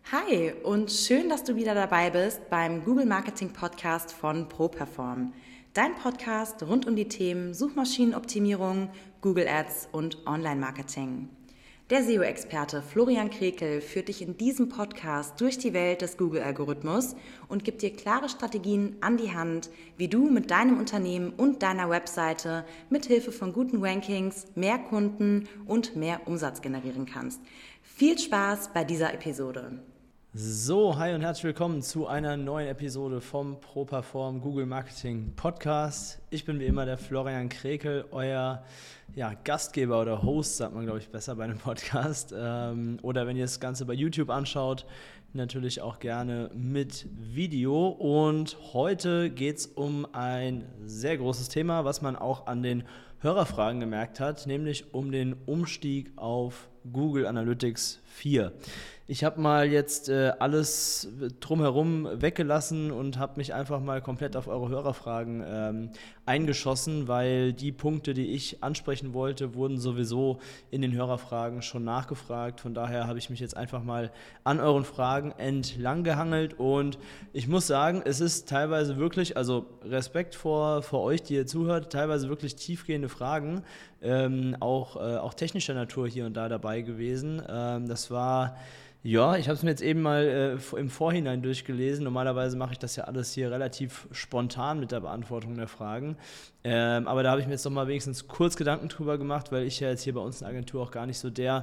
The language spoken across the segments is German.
Hi und schön, dass du wieder dabei bist beim Google Marketing Podcast von ProPerform. Dein Podcast rund um die Themen Suchmaschinenoptimierung, Google Ads und Online-Marketing. Der SEO-Experte Florian Krekel führt dich in diesem Podcast durch die Welt des Google-Algorithmus und gibt dir klare Strategien an die Hand, wie du mit deinem Unternehmen und deiner Webseite mithilfe von guten Rankings mehr Kunden und mehr Umsatz generieren kannst. Viel Spaß bei dieser Episode. So, hi und herzlich willkommen zu einer neuen Episode vom ProPerform Google Marketing Podcast. Ich bin wie immer der Florian Krekel, euer Gastgeber oder Host, sagt man glaube ich besser bei einem Podcast. Oder wenn ihr das Ganze bei YouTube anschaut, natürlich auch gerne mit Video. Und heute geht es um ein sehr großes Thema, was man auch an den Hörerfragen gemerkt hat, nämlich um den Umstieg auf Google Analytics 4. Ich habe mal jetzt alles drumherum weggelassen und habe mich einfach mal komplett auf eure Hörerfragen eingeschossen, weil die Punkte, die ich ansprechen wollte, wurden sowieso in den Hörerfragen schon nachgefragt. Von daher habe ich mich jetzt einfach mal an euren Fragen entlang gehangelt und ich muss sagen, es ist teilweise wirklich, also Respekt vor euch, die ihr zuhört, teilweise wirklich tiefgehende Fragen, auch technischer Natur hier und da dabei gewesen. Das war... Ja, ich habe es mir jetzt eben mal im Vorhinein durchgelesen. Normalerweise mache ich das ja alles hier relativ spontan mit der Beantwortung der Fragen. Aber da habe ich mir jetzt noch mal wenigstens kurz Gedanken drüber gemacht, weil ich ja jetzt hier bei uns in der Agentur auch gar nicht so der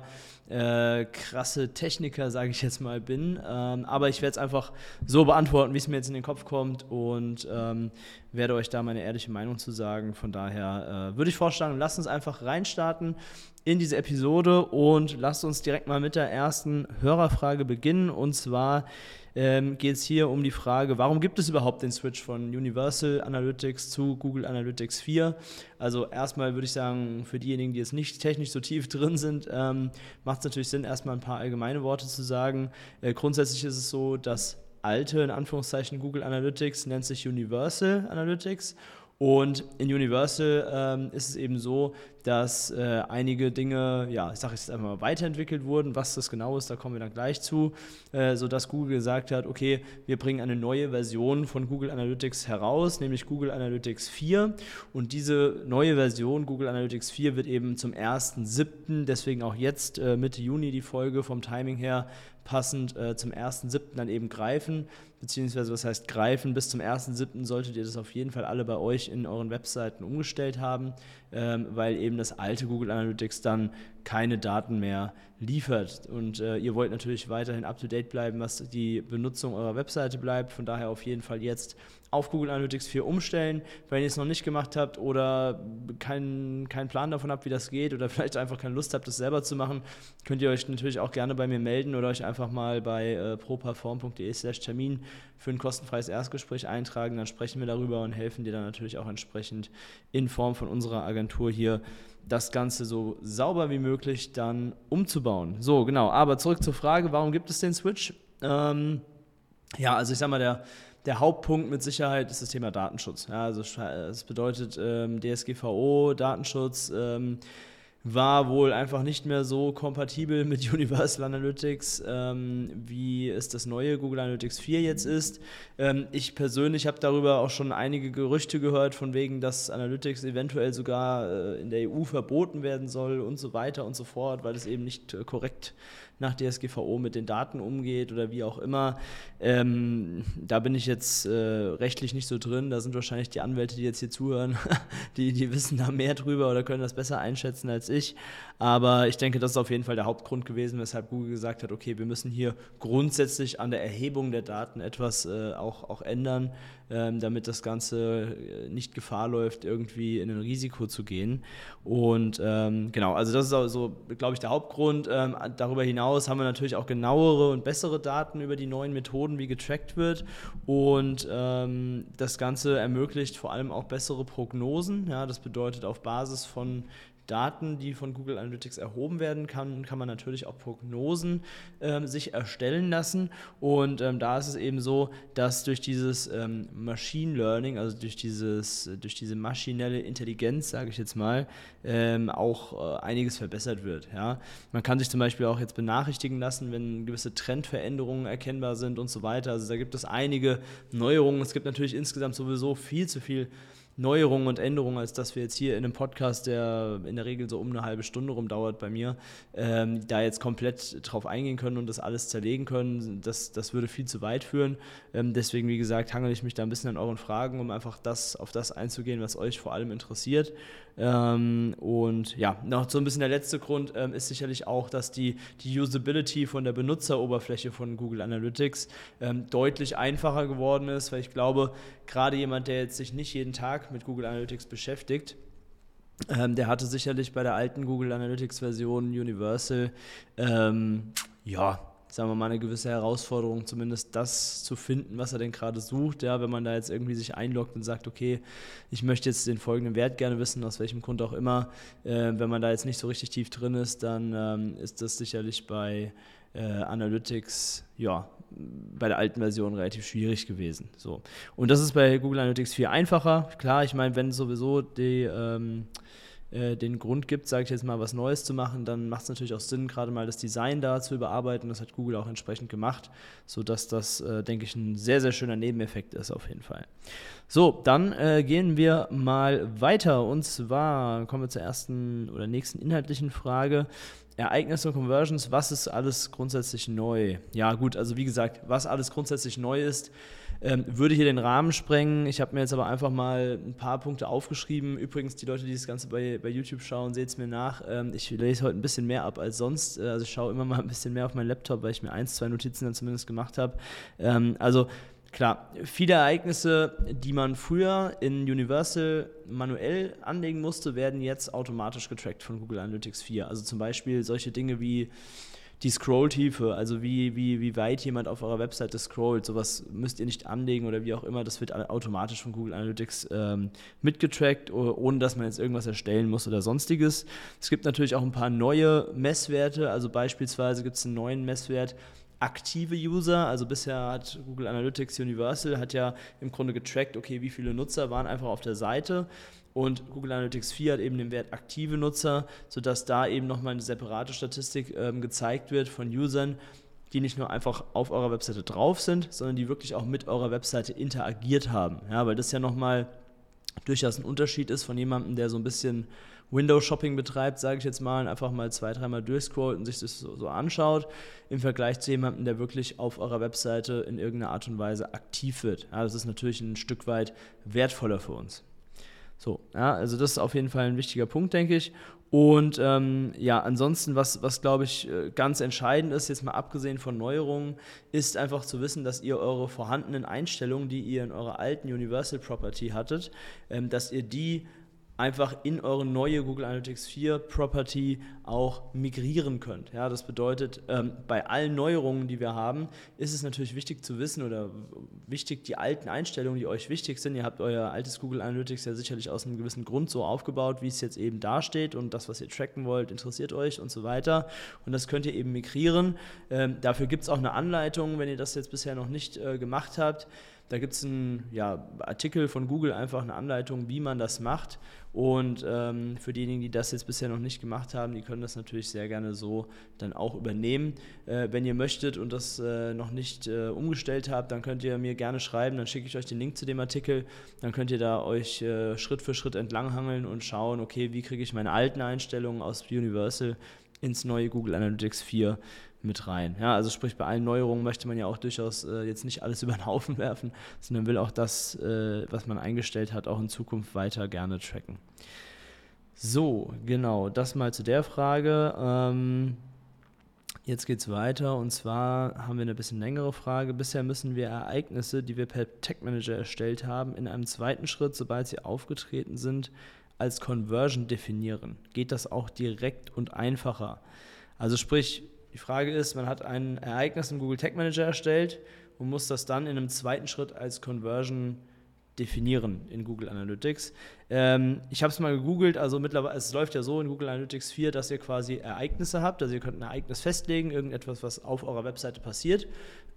krasse Techniker, sage ich jetzt mal, bin. Aber ich werde es einfach so beantworten, wie es mir jetzt in den Kopf kommt und werde euch da meine ehrliche Meinung zu sagen. Von daher würde ich vorschlagen, lasst uns einfach reinstarten in diese Episode und lasst uns direkt mal mit der ersten Hörerfrage beginnen. Und zwar geht es hier um die Frage, warum gibt es überhaupt den Switch von Universal Analytics zu Google Analytics 4? Also erstmal würde ich sagen, für diejenigen, die jetzt nicht technisch so tief drin sind, macht es natürlich Sinn, erstmal ein paar allgemeine Worte zu sagen. Grundsätzlich ist es so, das alte, in Anführungszeichen, Google Analytics nennt sich Universal Analytics. Und in Universal ist es eben so, dass einige Dinge, ich sage jetzt einfach mal, weiterentwickelt wurden. Was das genau ist, da kommen wir dann gleich zu, sodass Google gesagt hat, okay, wir bringen eine neue Version von Google Analytics heraus, nämlich Google Analytics 4. Und diese neue Version, Google Analytics 4, wird eben zum 1.7., deswegen auch jetzt Mitte Juni die Folge vom Timing her, passend zum 1.7. dann eben greifen, beziehungsweise was heißt greifen, bis zum 1.7. solltet ihr das auf jeden Fall alle bei euch in euren Webseiten umgestellt haben, weil eben das alte Google Analytics dann keine Daten mehr liefert. Und ihr wollt natürlich weiterhin up-to-date bleiben, was die Benutzung eurer Webseite bleibt. Von daher auf jeden Fall jetzt auf Google Analytics 4 umstellen. Wenn ihr es noch nicht gemacht habt oder keinen Plan davon habt, wie das geht oder vielleicht einfach keine Lust habt, das selber zu machen, könnt ihr euch natürlich auch gerne bei mir melden oder euch einfach mal bei properform.de/Termin für ein kostenfreies Erstgespräch eintragen. Dann sprechen wir darüber und helfen dir dann natürlich auch entsprechend in Form von unserer Agentur hier das Ganze so sauber wie möglich dann umzubauen. So, genau, aber zurück zur Frage, warum gibt es den Switch? Also ich sag mal, der Hauptpunkt mit Sicherheit ist das Thema Datenschutz. Ja, also das bedeutet DSGVO, Datenschutz, war wohl einfach nicht mehr so kompatibel mit Universal Analytics, wie es das neue Google Analytics 4 jetzt ist. Ich persönlich habe darüber auch schon einige Gerüchte gehört, von wegen, dass Analytics eventuell sogar in der EU verboten werden soll und so weiter und so fort, weil es eben nicht korrekt nach DSGVO mit den Daten umgeht oder wie auch immer. Da bin ich jetzt rechtlich nicht so drin. Da sind wahrscheinlich die Anwälte, die jetzt hier zuhören, die wissen da mehr drüber oder können das besser einschätzen als ich. Aber ich denke, das ist auf jeden Fall der Hauptgrund gewesen, weshalb Google gesagt hat, okay, wir müssen hier grundsätzlich an der Erhebung der Daten etwas auch ändern, damit das Ganze nicht Gefahr läuft, irgendwie in ein Risiko zu gehen. Und genau, also das ist auch so, glaube ich, der Hauptgrund. Darüber hinaus haben wir natürlich auch genauere und bessere Daten über die neuen Methoden, wie getrackt wird. Und das Ganze ermöglicht vor allem auch bessere Prognosen. Ja, das bedeutet, auf Basis von Daten, die von Google Analytics erhoben werden, kann man natürlich auch Prognosen sich erstellen lassen. Und da ist es eben so, dass durch dieses Machine Learning, also durch diese maschinelle Intelligenz, sage ich jetzt mal, auch einiges verbessert wird. Ja? Man kann sich zum Beispiel auch jetzt benachrichtigen lassen, wenn gewisse Trendveränderungen erkennbar sind und so weiter. Also da gibt es einige Neuerungen. Es gibt natürlich insgesamt sowieso viel zu viel Neuerungen und Änderungen, als dass wir jetzt hier in einem Podcast, der in der Regel so um eine halbe Stunde rumdauert bei mir, da jetzt komplett drauf eingehen können und das alles zerlegen können. Das würde viel zu weit führen. Deswegen, wie gesagt, hangel ich mich da ein bisschen an euren Fragen, um einfach auf das einzugehen, was euch vor allem interessiert. Und ja, noch so ein bisschen der letzte Grund ist sicherlich auch, dass die Usability von der Benutzeroberfläche von Google Analytics deutlich einfacher geworden ist, weil ich glaube, gerade jemand, der jetzt sich nicht jeden Tag mit Google Analytics beschäftigt, der hatte sicherlich bei der alten Google Analytics Version Universal, sagen wir mal, eine gewisse Herausforderung, zumindest das zu finden, was er denn gerade sucht. Ja, wenn man da jetzt irgendwie sich einloggt und sagt, okay, ich möchte jetzt den folgenden Wert gerne wissen, aus welchem Grund auch immer. Wenn man da jetzt nicht so richtig tief drin ist, dann ist das sicherlich bei Analytics, bei der alten Version relativ schwierig gewesen. So. Und das ist bei Google Analytics viel einfacher. Klar, ich meine, wenn es sowieso den Grund gibt, sage ich jetzt mal, was Neues zu machen, dann macht es natürlich auch Sinn, gerade mal das Design da zu überarbeiten. Das hat Google auch entsprechend gemacht, sodass das, denke ich, ein sehr, sehr schöner Nebeneffekt ist auf jeden Fall. So, dann gehen wir mal weiter, und zwar kommen wir zur ersten oder nächsten inhaltlichen Frage. Ereignisse und Conversions, was ist alles grundsätzlich neu? Ja gut, also wie gesagt, was alles grundsätzlich neu ist, würde hier den Rahmen sprengen. Ich habe mir jetzt aber einfach mal ein paar Punkte aufgeschrieben. Übrigens, die Leute, die das Ganze bei YouTube schauen, seht es mir nach. Ich lese heute ein bisschen mehr ab als sonst. Also ich schaue immer mal ein bisschen mehr auf meinen Laptop, weil ich mir 1-2 Notizen dann zumindest gemacht habe. Also klar, viele Ereignisse, die man früher in Universal manuell anlegen musste, werden jetzt automatisch getrackt von Google Analytics 4. Also zum Beispiel solche Dinge wie die Scrolltiefe, also wie weit jemand auf eurer Webseite scrollt, sowas müsst ihr nicht anlegen oder wie auch immer, das wird automatisch von Google Analytics mitgetrackt, ohne dass man jetzt irgendwas erstellen muss oder sonstiges. Es gibt natürlich auch ein paar neue Messwerte, also beispielsweise gibt es einen neuen Messwert, aktive User, also bisher hat Google Analytics Universal hat ja im Grunde getrackt, okay, wie viele Nutzer waren einfach auf der Seite, und Google Analytics 4 hat eben den Wert aktive Nutzer, sodass da eben nochmal eine separate Statistik gezeigt wird von Usern, die nicht nur einfach auf eurer Webseite drauf sind, sondern die wirklich auch mit eurer Webseite interagiert haben. Ja, weil das ja nochmal durchaus ein Unterschied ist von jemandem, der so ein bisschen Window-Shopping betreibt, sage ich jetzt mal, und einfach mal 2-3 Mal durchscrollt und sich das so anschaut, im Vergleich zu jemandem, der wirklich auf eurer Webseite in irgendeiner Art und Weise aktiv wird. Ja, das ist natürlich ein Stück weit wertvoller für uns. So, ja, also das ist auf jeden Fall ein wichtiger Punkt, denke ich. Und ansonsten, was glaube ich ganz entscheidend ist, jetzt mal abgesehen von Neuerungen, ist einfach zu wissen, dass ihr eure vorhandenen Einstellungen, die ihr in eurer alten Universal Property hattet, dass ihr die einfach in eure neue Google Analytics 4 Property auch migrieren könnt. Ja, das bedeutet, bei allen Neuerungen, die wir haben, ist es natürlich wichtig zu wissen oder wichtig, die alten Einstellungen, die euch wichtig sind. Ihr habt euer altes Google Analytics ja sicherlich aus einem gewissen Grund so aufgebaut, wie es jetzt eben dasteht, und das, was ihr tracken wollt, interessiert euch und so weiter. Und das könnt ihr eben migrieren. Dafür gibt es auch eine Anleitung, wenn ihr das jetzt bisher noch nicht gemacht habt. Da gibt es einen Artikel von Google, einfach eine Anleitung, wie man das macht. Und für diejenigen, die das jetzt bisher noch nicht gemacht haben, die können das natürlich sehr gerne so dann auch übernehmen. Wenn ihr möchtet und das noch nicht umgestellt habt, dann könnt ihr mir gerne schreiben, dann schicke ich euch den Link zu dem Artikel. Dann könnt ihr da euch Schritt für Schritt entlanghangeln und schauen, okay, wie kriege ich meine alten Einstellungen aus Universal ins neue Google Analytics 4 mit rein. Ja, also sprich, bei allen Neuerungen möchte man ja auch durchaus jetzt nicht alles über den Haufen werfen, sondern will auch das, was man eingestellt hat, auch in Zukunft weiter gerne tracken. So, genau, das mal zu der Frage. Jetzt geht es weiter, und zwar haben wir eine bisschen längere Frage. Bisher müssen wir Ereignisse, die wir per Tag Manager erstellt haben, in einem zweiten Schritt, sobald sie aufgetreten sind, als Conversion definieren. Geht das auch direkt und einfacher? Also sprich, die Frage ist, man hat ein Ereignis im Google Tag Manager erstellt und muss das dann in einem zweiten Schritt als Conversion definieren in Google Analytics. Ich habe es mal gegoogelt, also mittlerweile, es läuft ja so in Google Analytics 4, dass ihr quasi Ereignisse habt, also ihr könnt ein Ereignis festlegen, irgendetwas, was auf eurer Webseite passiert.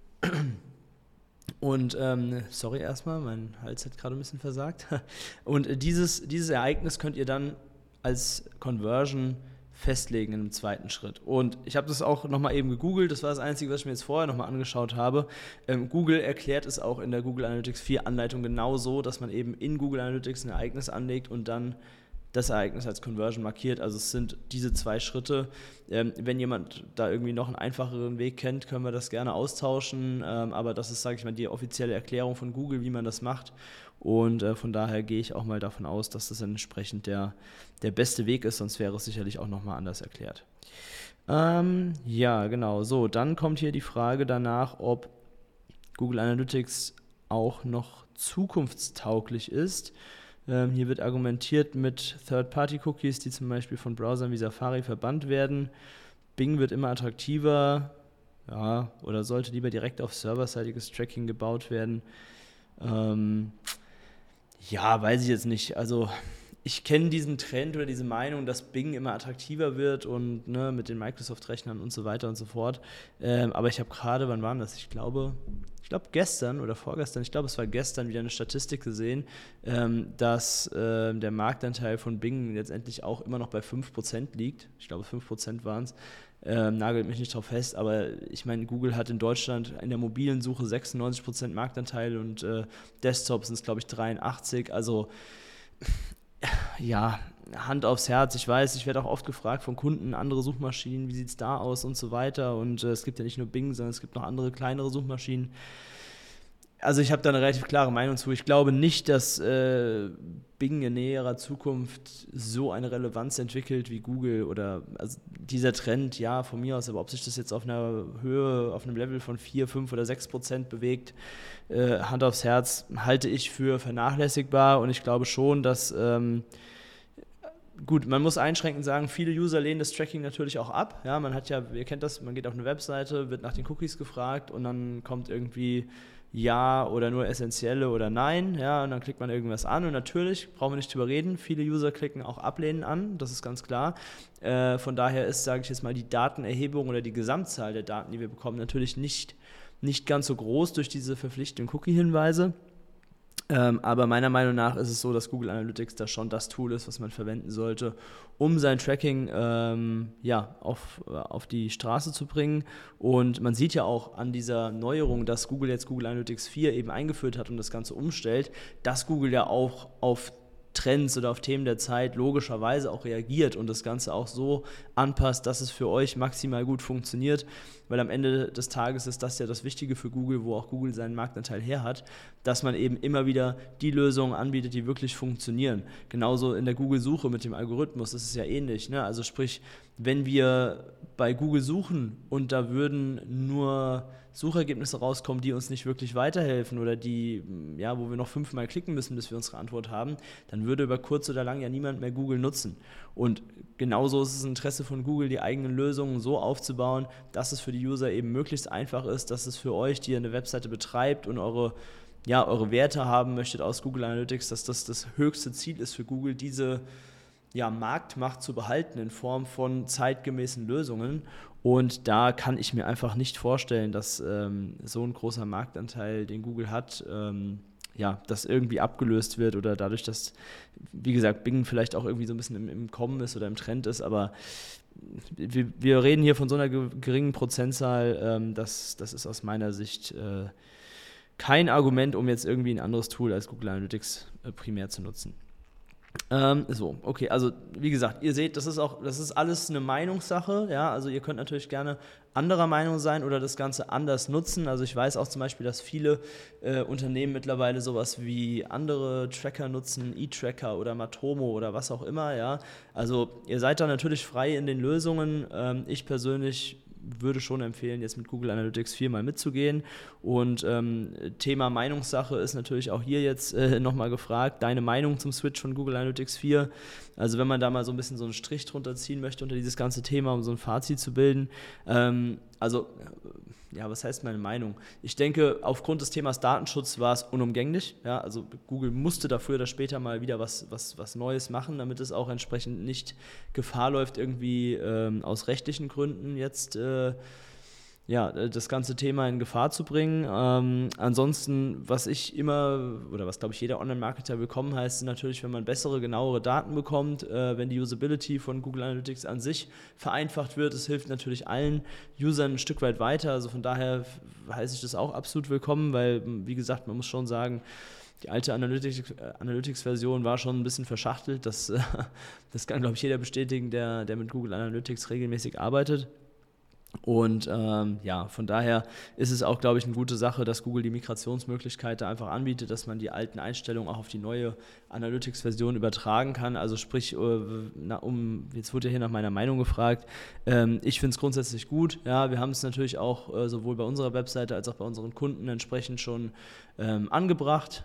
Und, sorry erstmal, mein Hals hat gerade ein bisschen versagt. Und dieses Ereignis könnt ihr dann als Conversion festlegen in einem zweiten Schritt. Und ich habe das auch nochmal eben gegoogelt, das war das Einzige, was ich mir jetzt vorher nochmal angeschaut habe. Google erklärt es auch in der Google Analytics 4 Anleitung genau so, dass man eben in Google Analytics ein Ereignis anlegt und dann das Ereignis als Conversion markiert. Also es sind diese 2 Schritte. Wenn jemand da irgendwie noch einen einfacheren Weg kennt, können wir das gerne austauschen. Aber das ist, sage ich mal, die offizielle Erklärung von Google, wie man das macht. Und von daher gehe ich auch mal davon aus, dass das entsprechend der beste Weg ist, sonst wäre es sicherlich auch nochmal anders erklärt. Ja, genau. So, dann kommt hier die Frage danach, ob Google Analytics auch noch zukunftstauglich ist. Hier wird argumentiert mit Third-Party-Cookies, die zum Beispiel von Browsern wie Safari verbannt werden. Bing wird immer attraktiver, ja, oder sollte lieber direkt auf serverseitiges Tracking gebaut werden. Ja, weiß ich jetzt nicht. Also ich kenne diesen Trend oder diese Meinung, dass Bing immer attraktiver wird und ne, mit den Microsoft-Rechnern und so weiter und so fort. Aber ich habe gerade, wann war das? Ich glaube gestern oder vorgestern, ich glaube es war gestern, wieder eine Statistik gesehen, dass der Marktanteil von Bing letztendlich auch immer noch bei 5% liegt. Ich glaube 5% waren es. Nagelt mich nicht drauf fest, aber ich meine, Google hat in Deutschland in der mobilen Suche 96% Marktanteil und Desktop sind es, glaube ich, 83%. Also ja, Hand aufs Herz, ich weiß, ich werde auch oft gefragt von Kunden, andere Suchmaschinen, wie sieht es da aus und so weiter. Und es gibt ja nicht nur Bing, sondern es gibt noch andere kleinere Suchmaschinen. Also ich habe da eine relativ klare Meinung zu. Ich glaube nicht, dass Bing in näherer Zukunft so eine Relevanz entwickelt wie Google oder also dieser Trend, ja, von mir aus, aber ob sich das jetzt auf einer Höhe, auf einem Level von 4, 5 oder 6% bewegt, Hand aufs Herz, halte ich für vernachlässigbar und ich glaube schon, dass gut, man muss einschränkend sagen, viele User lehnen das Tracking natürlich auch ab. Ja, man hat ja, ihr kennt das, man geht auf eine Webseite, wird nach den Cookies gefragt und dann kommt irgendwie ja oder nur essentielle oder nein, ja, und dann klickt man irgendwas an und natürlich, brauchen wir nicht drüber reden, viele User klicken auch ablehnen an, das ist ganz klar. Von daher ist, sage ich jetzt mal, die Datenerhebung oder die Gesamtzahl der Daten, die wir bekommen, natürlich nicht ganz so groß durch diese verpflichtenden Cookie-Hinweise. Aber meiner Meinung nach ist es so, dass Google Analytics da schon das Tool ist, was man verwenden sollte, um sein Tracking auf die Straße zu bringen. Und man sieht ja auch an dieser Neuerung, dass Google jetzt Google Analytics 4 eben eingeführt hat und das Ganze umstellt, dass Google ja auch auf Trends oder auf Themen der Zeit logischerweise auch reagiert und das Ganze auch so anpasst, dass es für euch maximal gut funktioniert, weil am Ende des Tages ist das ja das Wichtige für Google, wo auch Google seinen Marktanteil her hat, dass man eben immer wieder die Lösungen anbietet, die wirklich funktionieren. Genauso in der Google-Suche mit dem Algorithmus ist es ja ähnlich, ne? Also sprich, wenn wir bei Google suchen und da würden nur Suchergebnisse rauskommen, die uns nicht wirklich weiterhelfen oder die, ja, wo wir noch 5-mal klicken müssen, bis wir unsere Antwort haben, dann würde über kurz oder lang ja niemand mehr Google nutzen. Und genauso ist es ein Interesse von Google, die eigenen Lösungen so aufzubauen, dass es für die User eben möglichst einfach ist, dass es für euch, die ihr eine Webseite betreibt und eure Werte haben möchtet aus Google Analytics, dass das höchste Ziel ist für Google, diese Marktmacht zu behalten in Form von zeitgemäßen Lösungen. Und da kann ich mir einfach nicht vorstellen, dass so ein großer Marktanteil, den Google hat, das irgendwie abgelöst wird oder dadurch, dass, wie gesagt, Bing vielleicht auch irgendwie so ein bisschen im Kommen ist oder im Trend ist, aber wir reden hier von so einer geringen Prozentzahl, das ist aus meiner Sicht kein Argument, um jetzt irgendwie ein anderes Tool als Google Analytics primär zu nutzen. Okay, also wie gesagt, ihr seht, das ist alles eine Meinungssache, ja, also ihr könnt natürlich gerne anderer Meinung sein oder das Ganze anders nutzen, also ich weiß auch zum Beispiel, dass viele Unternehmen mittlerweile sowas wie andere Tracker nutzen, eTracker oder Matomo oder was auch immer, ja, also ihr seid da natürlich frei in den Lösungen, ich persönlich würde schon empfehlen, jetzt mit Google Analytics 4 mal mitzugehen und Thema Meinungssache ist natürlich auch hier jetzt nochmal gefragt, deine Meinung zum Switch von Google Analytics 4, also wenn man da mal so ein bisschen so einen Strich drunter ziehen möchte unter dieses ganze Thema, um so ein Fazit zu bilden, also was heißt meine Meinung? Ich denke, aufgrund des Themas Datenschutz war es unumgänglich. Ja, also Google musste da früher oder später mal wieder was Neues machen, damit es auch entsprechend nicht Gefahr läuft, irgendwie aus rechtlichen Gründen jetzt das ganze Thema in Gefahr zu bringen. Ansonsten, was glaube ich jeder Online-Marketer willkommen heißt, ist natürlich, wenn man bessere, genauere Daten bekommt, wenn die Usability von Google Analytics an sich vereinfacht wird. Es hilft natürlich allen Usern ein Stück weit weiter. Also von daher heiße ich das auch absolut willkommen, weil, wie gesagt, man muss schon sagen, die alte Analytics-Version war schon ein bisschen verschachtelt. Das kann, glaube ich, jeder bestätigen, der mit Google Analytics regelmäßig arbeitet. Und von daher ist es auch, glaube ich, eine gute Sache, dass Google die Migrationsmöglichkeit da einfach anbietet, dass man die alten Einstellungen auch auf die neue Analytics-Version übertragen kann. Also sprich, jetzt wurde ja hier nach meiner Meinung gefragt, ich finde es grundsätzlich gut. Ja, wir haben es natürlich auch sowohl bei unserer Webseite als auch bei unseren Kunden entsprechend schon angebracht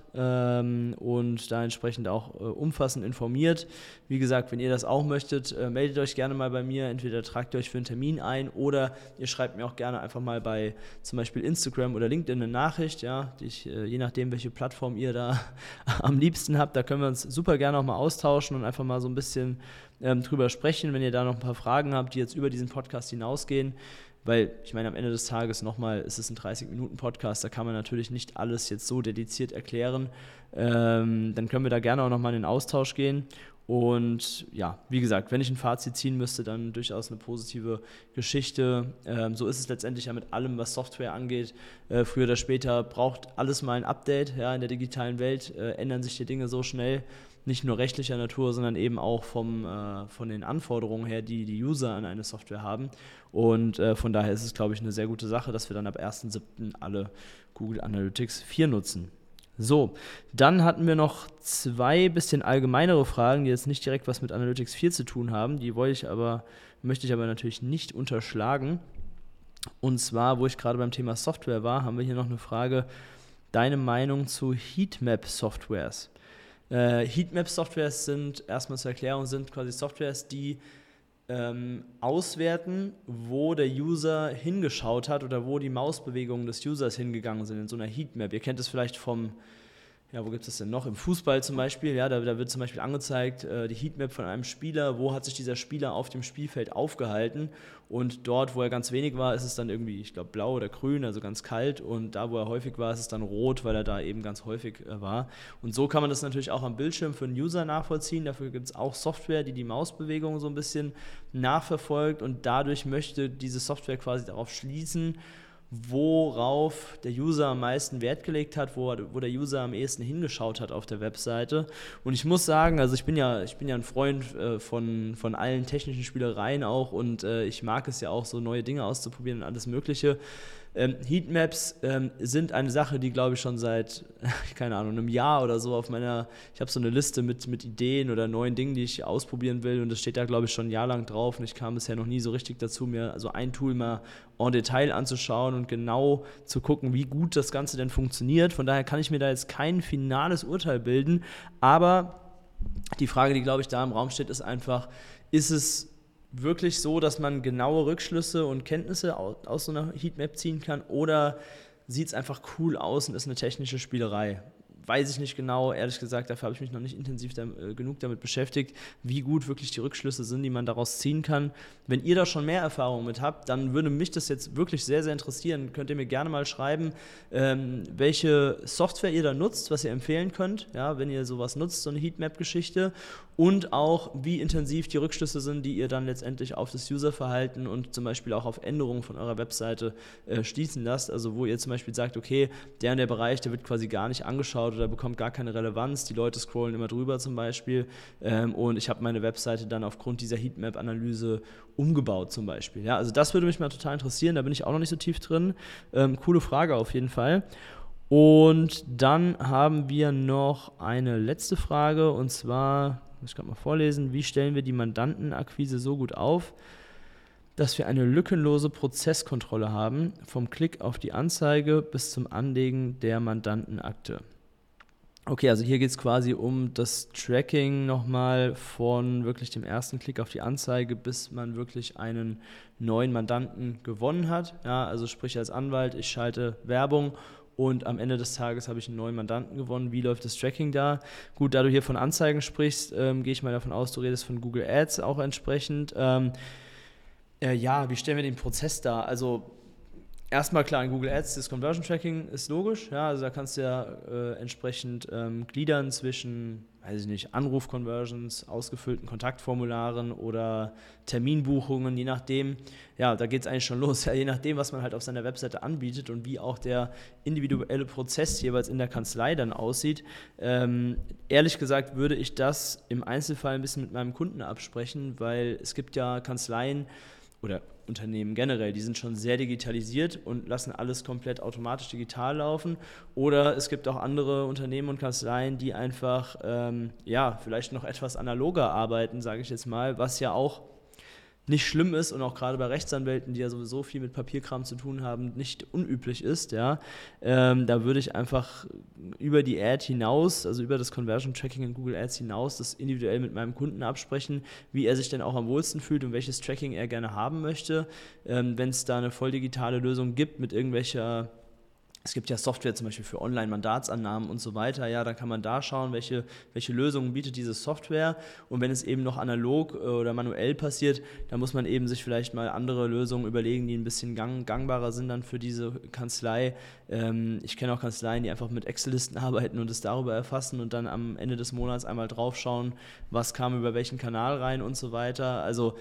und da entsprechend auch umfassend informiert. Wie gesagt, wenn ihr das auch möchtet, meldet euch gerne mal bei mir. Entweder tragt ihr euch für einen Termin ein oder ihr schreibt mir auch gerne einfach mal bei zum Beispiel Instagram oder LinkedIn eine Nachricht, ja, die ich, je nachdem, welche Plattform ihr da am liebsten habt, da können wir uns super gerne auch mal austauschen und einfach mal so ein bisschen drüber sprechen, wenn ihr da noch ein paar Fragen habt, die jetzt über diesen Podcast hinausgehen. Weil, ich meine, am Ende des Tages nochmal, es ist ein 30-Minuten-Podcast, da kann man natürlich nicht alles jetzt so dediziert erklären. Dann können wir da gerne auch nochmal in den Austausch gehen. Und ja, wie gesagt, wenn ich ein Fazit ziehen müsste, dann durchaus eine positive Geschichte. So ist es letztendlich ja mit allem, was Software angeht. Früher oder später braucht alles mal ein Update. Ja, in der digitalen Welt ändern sich die Dinge so schnell. Nicht nur rechtlicher Natur, sondern eben auch von den Anforderungen her, die die User an eine Software haben. Und von daher ist es, glaube ich, eine sehr gute Sache, dass wir dann ab 1.7. alle Google Analytics 4 nutzen. So, dann hatten wir noch 2 bisschen allgemeinere Fragen, die jetzt nicht direkt was mit Analytics 4 zu tun haben. Die möchte ich aber natürlich nicht unterschlagen. Und zwar, wo ich gerade beim Thema Software war, haben wir hier noch eine Frage, deine Meinung zu Heatmap-Softwares. Heatmap-Softwares sind, erstmal zur Erklärung, sind quasi Softwares, die auswerten, wo der User hingeschaut hat oder wo die Mausbewegungen des Users hingegangen sind in so einer Heatmap. Ihr kennt es vielleicht wo gibt es das denn noch? Im Fußball zum Beispiel, ja, da wird zum Beispiel angezeigt, die Heatmap von einem Spieler, wo hat sich dieser Spieler auf dem Spielfeld aufgehalten und dort, wo er ganz wenig war, ist es dann irgendwie, ich glaube, blau oder grün, also ganz kalt und da, wo er häufig war, ist es dann rot, weil er da eben ganz häufig war. Und so kann man das natürlich auch am Bildschirm für einen User nachvollziehen. Dafür gibt es auch Software, die Mausbewegung so ein bisschen nachverfolgt und dadurch möchte diese Software quasi darauf schließen, worauf der User am meisten Wert gelegt hat, wo der User am ehesten hingeschaut hat auf der Webseite. Und ich muss sagen, also ich bin ja ein Freund von allen technischen Spielereien auch und ich mag es ja auch, so neue Dinge auszuprobieren und alles Mögliche. Heatmaps sind eine Sache, die, glaube ich, schon seit, keine Ahnung, einem Jahr oder so ich habe so eine Liste mit Ideen oder neuen Dingen, die ich ausprobieren will und das steht da, glaube ich, schon ein Jahr lang drauf und ich kam bisher noch nie so richtig dazu, mir also ein Tool mal en Detail anzuschauen und genau zu gucken, wie gut das Ganze denn funktioniert. Von daher kann ich mir da jetzt kein finales Urteil bilden, aber die Frage, die, glaube ich, da im Raum steht, ist einfach, ist es wirklich so, dass man genaue Rückschlüsse und Kenntnisse aus so einer Heatmap ziehen kann oder sieht es einfach cool aus und ist eine technische Spielerei? Weiß ich nicht genau, ehrlich gesagt, dafür habe ich mich noch nicht intensiv genug damit beschäftigt, wie gut wirklich die Rückschlüsse sind, die man daraus ziehen kann. Wenn ihr da schon mehr Erfahrung mit habt, dann würde mich das jetzt wirklich sehr, sehr interessieren. Könnt ihr mir gerne mal schreiben, welche Software ihr da nutzt, was ihr empfehlen könnt, ja, wenn ihr sowas nutzt, so eine Heatmap-Geschichte und auch, wie intensiv die Rückschlüsse sind, die ihr dann letztendlich auf das Userverhalten und zum Beispiel auch auf Änderungen von eurer Webseite schließen lasst. Also wo ihr zum Beispiel sagt, okay, der Bereich, der wird quasi gar nicht angeschaut oder bekommt gar keine Relevanz, die Leute scrollen immer drüber zum Beispiel und ich habe meine Webseite dann aufgrund dieser Heatmap-Analyse umgebaut zum Beispiel. Ja, also das würde mich mal total interessieren, da bin ich auch noch nicht so tief drin. Coole Frage auf jeden Fall. Und dann haben wir noch eine letzte Frage und zwar, muss ich gerade mal vorlesen, wie stellen wir die Mandantenakquise so gut auf, dass wir eine lückenlose Prozesskontrolle haben, vom Klick auf die Anzeige bis zum Anlegen der Mandantenakte. Okay, also hier geht es quasi um das Tracking nochmal von wirklich dem ersten Klick auf die Anzeige, bis man wirklich einen neuen Mandanten gewonnen hat. Ja, also sprich als Anwalt, ich schalte Werbung und am Ende des Tages habe ich einen neuen Mandanten gewonnen. Wie läuft das Tracking da? Gut, da du hier von Anzeigen sprichst, gehe ich mal davon aus, du redest von Google Ads auch entsprechend. Wie stellen wir den Prozess dar? Also erstmal klar, in Google Ads, das Conversion Tracking ist logisch, ja, also da kannst du ja entsprechend gliedern zwischen, weiß ich nicht, Anruf-Conversions, ausgefüllten Kontaktformularen oder Terminbuchungen, je nachdem, ja, da geht es eigentlich schon los, ja, je nachdem, was man halt auf seiner Webseite anbietet und wie auch der individuelle Prozess jeweils in der Kanzlei dann aussieht. Ehrlich gesagt würde ich das im Einzelfall ein bisschen mit meinem Kunden absprechen, weil es gibt ja Kanzleien oder Unternehmen generell, die sind schon sehr digitalisiert und lassen alles komplett automatisch digital laufen. Oder es gibt auch andere Unternehmen und Kanzleien, die einfach vielleicht noch etwas analoger arbeiten, sage ich jetzt mal, was ja auch nicht schlimm ist und auch gerade bei Rechtsanwälten, die ja sowieso viel mit Papierkram zu tun haben, nicht unüblich ist. Ja. Da würde ich einfach über die Ad hinaus, also über das Conversion Tracking in Google Ads hinaus, das individuell mit meinem Kunden absprechen, wie er sich denn auch am wohlsten fühlt und welches Tracking er gerne haben möchte. Wenn es da eine voll digitale Lösung gibt mit irgendwelcher... Es gibt ja Software zum Beispiel für Online-Mandatsannahmen und so weiter. Ja, dann kann man da schauen, welche Lösungen bietet diese Software. Und wenn es eben noch analog oder manuell passiert, dann muss man eben sich vielleicht mal andere Lösungen überlegen, die ein bisschen gangbarer sind dann für diese Kanzlei. Ich kenne auch Kanzleien, die einfach mit Excel-Listen arbeiten und es darüber erfassen und dann am Ende des Monats einmal draufschauen, was kam über welchen Kanal rein und so weiter. Also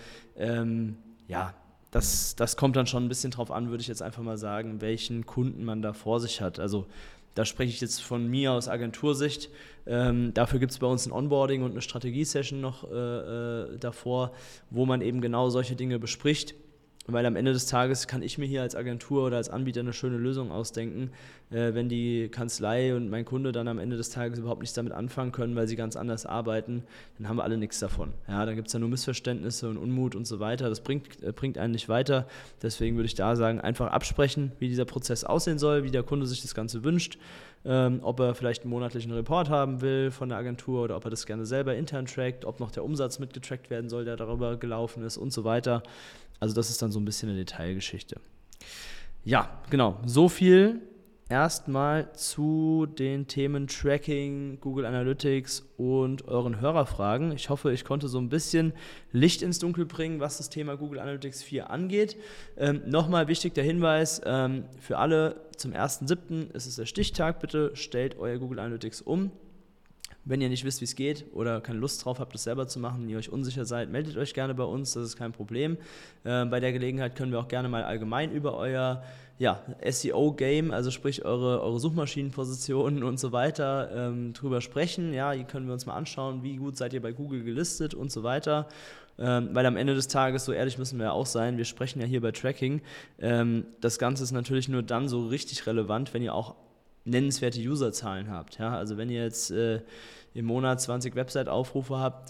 Das kommt dann schon ein bisschen drauf an, würde ich jetzt einfach mal sagen, welchen Kunden man da vor sich hat. Also da spreche ich jetzt von mir aus Agentursicht. Dafür gibt es bei uns ein Onboarding und eine Strategie-Session noch davor, wo man eben genau solche Dinge bespricht. Weil am Ende des Tages kann ich mir hier als Agentur oder als Anbieter eine schöne Lösung ausdenken, wenn die Kanzlei und mein Kunde dann am Ende des Tages überhaupt nichts damit anfangen können, weil sie ganz anders arbeiten, dann haben wir alle nichts davon. Ja, dann gibt es ja nur Missverständnisse und Unmut und so weiter. Das bringt einen nicht weiter. Deswegen würde ich da sagen, einfach absprechen, wie dieser Prozess aussehen soll, wie der Kunde sich das Ganze wünscht, ob er vielleicht einen monatlichen Report haben will von der Agentur oder ob er das gerne selber intern trackt, ob noch der Umsatz mitgetrackt werden soll, der darüber gelaufen ist und so weiter. Also das ist dann so ein bisschen eine Detailgeschichte. Ja, genau. So viel erstmal zu den Themen Tracking, Google Analytics und euren Hörerfragen. Ich hoffe, ich konnte so ein bisschen Licht ins Dunkel bringen, was das Thema Google Analytics 4 angeht. Nochmal wichtig der Hinweis, für alle zum 1.7. ist es der Stichtag. Bitte stellt euer Google Analytics um. Wenn ihr nicht wisst, wie es geht oder keine Lust drauf habt, das selber zu machen, ihr euch unsicher seid, meldet euch gerne bei uns, das ist kein Problem. Bei der Gelegenheit können wir auch gerne mal allgemein über euer SEO-Game, also sprich eure Suchmaschinenpositionen und so weiter, drüber sprechen. Ja, hier können wir uns mal anschauen, wie gut seid ihr bei Google gelistet und so weiter. Weil am Ende des Tages, so ehrlich müssen wir ja auch sein, wir sprechen ja hier bei Tracking. Das Ganze ist natürlich nur dann so richtig relevant, wenn ihr auch nennenswerte Userzahlen habt. Ja? Also wenn ihr jetzt im Monat 20 Website-Aufrufe habt,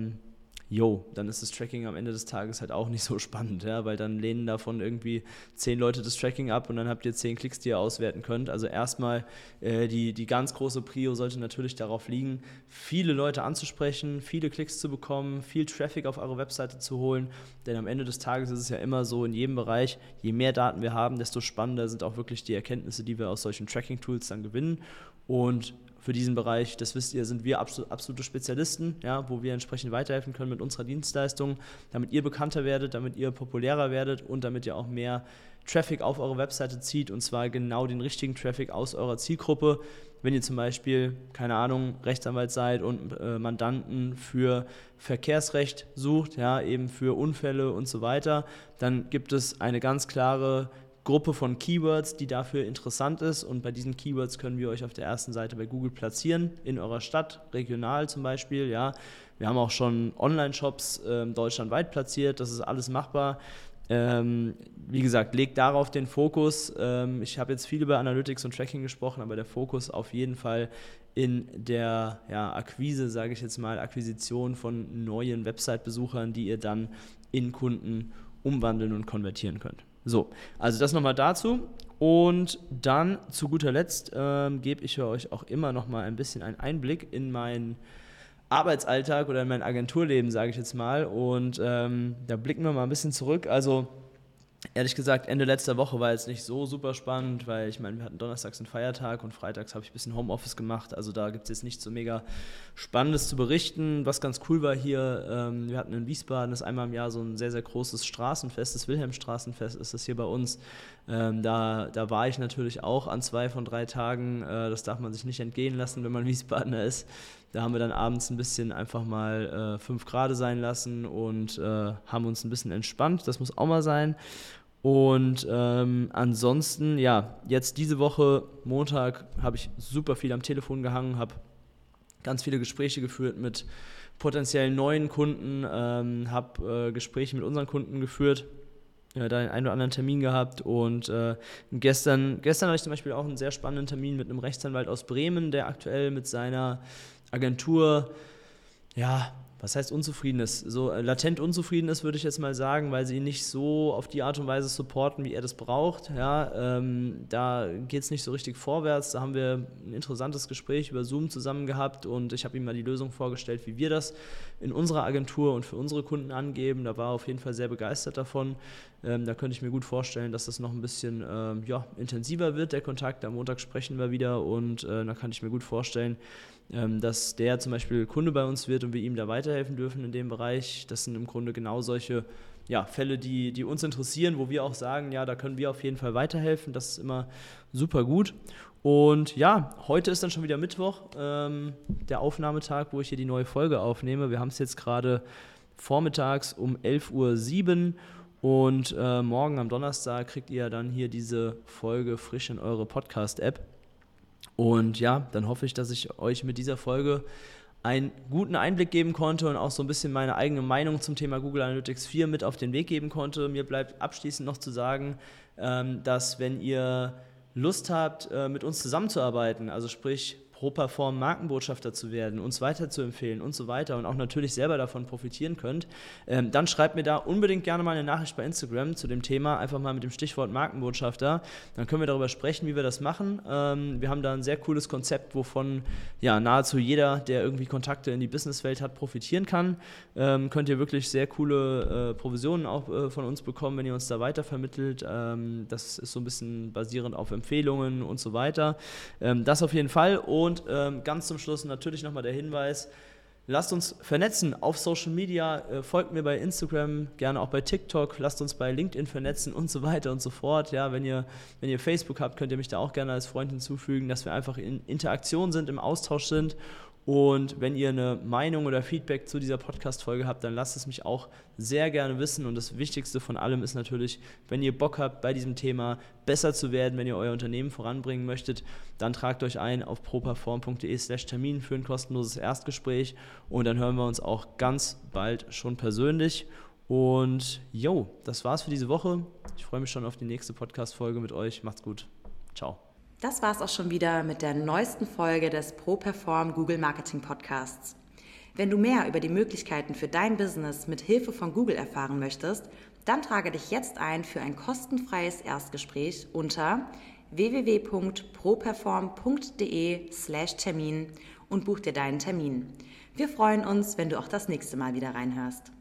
dann ist das Tracking am Ende des Tages halt auch nicht so spannend, ja? Weil dann lehnen davon irgendwie 10 Leute das Tracking ab und dann habt ihr 10 Klicks, die ihr auswerten könnt. Also erstmal die ganz große Prio sollte natürlich darauf liegen, viele Leute anzusprechen, viele Klicks zu bekommen, viel Traffic auf eure Webseite zu holen, denn am Ende des Tages ist es ja immer so in jedem Bereich, je mehr Daten wir haben, desto spannender sind auch wirklich die Erkenntnisse, die wir aus solchen Tracking-Tools dann gewinnen. Und für diesen Bereich, das wisst ihr, sind wir absolute Spezialisten, ja, wo wir entsprechend weiterhelfen können mit unserer Dienstleistung, damit ihr bekannter werdet, damit ihr populärer werdet und damit ihr auch mehr Traffic auf eure Webseite zieht, und zwar genau den richtigen Traffic aus eurer Zielgruppe. Wenn ihr zum Beispiel, keine Ahnung, Rechtsanwalt seid und Mandanten für Verkehrsrecht sucht, ja, eben für Unfälle und so weiter, dann gibt es eine ganz klare Gruppe von Keywords, die dafür interessant ist, und bei diesen Keywords können wir euch auf der ersten Seite bei Google platzieren, in eurer Stadt, regional zum Beispiel, ja. Wir haben auch schon Online-Shops deutschlandweit platziert, das ist alles machbar. Wie gesagt, legt darauf den Fokus. Ich habe jetzt viel über Analytics und Tracking gesprochen, aber der Fokus auf jeden Fall in der Akquise, sage ich jetzt mal, Akquisition von neuen Website-Besuchern, die ihr dann in Kunden umwandeln und konvertieren könnt. So, also das nochmal dazu. Und dann zu guter Letzt gebe ich euch auch immer nochmal ein bisschen einen Einblick in meinen Arbeitsalltag oder in mein Agenturleben, sage ich jetzt mal. Und da blicken wir mal ein bisschen zurück. Also ehrlich gesagt, Ende letzter Woche war jetzt nicht so super spannend, weil ich meine, wir hatten donnerstags einen Feiertag und freitags habe ich ein bisschen Homeoffice gemacht. Also da gibt es jetzt nicht so mega Spannendes zu berichten. Was ganz cool war hier, wir hatten in Wiesbaden das einmal im Jahr so ein sehr, sehr großes Straßenfest, das Wilhelmstraßenfest ist das hier bei uns. Da war ich natürlich auch an 2 von 3 Tagen. Das darf man sich nicht entgehen lassen, wenn man Wiesbadener ist. Da haben wir dann abends ein bisschen einfach mal 5 Grad sein lassen und haben uns ein bisschen entspannt. Das muss auch mal sein. Und ansonsten, ja, jetzt diese Woche, Montag, habe ich super viel am Telefon gehangen, habe ganz viele Gespräche geführt mit potenziellen neuen Kunden, habe Gespräche mit unseren Kunden geführt, da den einen oder anderen Termin gehabt und gestern hatte ich zum Beispiel auch einen sehr spannenden Termin mit einem Rechtsanwalt aus Bremen, der aktuell mit seiner Agentur, ja, was heißt unzufrieden ist? So latent unzufrieden ist, würde ich jetzt mal sagen, weil sie ihn nicht so auf die Art und Weise supporten, wie er das braucht. Ja, da geht es nicht so richtig vorwärts. Da haben wir ein interessantes Gespräch über Zoom zusammen gehabt und ich habe ihm mal die Lösung vorgestellt, wie wir das in unserer Agentur und für unsere Kunden angeben. Da war er auf jeden Fall sehr begeistert davon. Da könnte ich mir gut vorstellen, dass das noch ein bisschen intensiver wird, der Kontakt. Am Montag sprechen wir wieder und da kann ich mir gut vorstellen, dass der zum Beispiel Kunde bei uns wird und wir ihm da weiterhelfen dürfen in dem Bereich. Das sind im Grunde genau solche Fälle, die uns interessieren, wo wir auch sagen, ja, da können wir auf jeden Fall weiterhelfen. Das ist immer super gut. Und ja, heute ist dann schon wieder Mittwoch, der Aufnahmetag, wo ich hier die neue Folge aufnehme. Wir haben es jetzt gerade vormittags um 11:07 Uhr und morgen am Donnerstag kriegt ihr dann hier diese Folge frisch in eure Podcast-App. Und ja, dann hoffe ich, dass ich euch mit dieser Folge einen guten Einblick geben konnte und auch so ein bisschen meine eigene Meinung zum Thema Google Analytics 4 mit auf den Weg geben konnte. Mir bleibt abschließend noch zu sagen, dass wenn ihr Lust habt, mit uns zusammenzuarbeiten, also sprich ProPerform Markenbotschafter zu werden, uns weiterzuempfehlen und so weiter und auch natürlich selber davon profitieren könnt, dann schreibt mir da unbedingt gerne mal eine Nachricht bei Instagram zu dem Thema, einfach mal mit dem Stichwort Markenbotschafter. Dann können wir darüber sprechen, wie wir das machen. Wir haben da ein sehr cooles Konzept, wovon nahezu jeder, der irgendwie Kontakte in die Businesswelt hat, profitieren kann. Könnt ihr wirklich sehr coole Provisionen auch von uns bekommen, wenn ihr uns da weitervermittelt. Das ist so ein bisschen basierend auf Empfehlungen und so weiter. Das auf jeden Fall. Und ganz zum Schluss natürlich nochmal der Hinweis, lasst uns vernetzen auf Social Media, folgt mir bei Instagram, gerne auch bei TikTok, lasst uns bei LinkedIn vernetzen und so weiter und so fort. Ja, wenn ihr Facebook habt, könnt ihr mich da auch gerne als Freund hinzufügen, dass wir einfach in Interaktion sind, im Austausch sind. Und wenn ihr eine Meinung oder Feedback zu dieser Podcast-Folge habt, dann lasst es mich auch sehr gerne wissen. Und das Wichtigste von allem ist natürlich, wenn ihr Bock habt, bei diesem Thema besser zu werden, wenn ihr euer Unternehmen voranbringen möchtet, dann tragt euch ein auf properform.de/Termin für ein kostenloses Erstgespräch. Und dann hören wir uns auch ganz bald schon persönlich. Und das war's für diese Woche. Ich freue mich schon auf die nächste Podcast-Folge mit euch. Macht's gut. Ciao. Das war's auch schon wieder mit der neuesten Folge des ProPerform Google Marketing Podcasts. Wenn du mehr über die Möglichkeiten für dein Business mit Hilfe von Google erfahren möchtest, dann trage dich jetzt ein für ein kostenfreies Erstgespräch unter www.properform.de/Termin und buch dir deinen Termin. Wir freuen uns, wenn du auch das nächste Mal wieder reinhörst.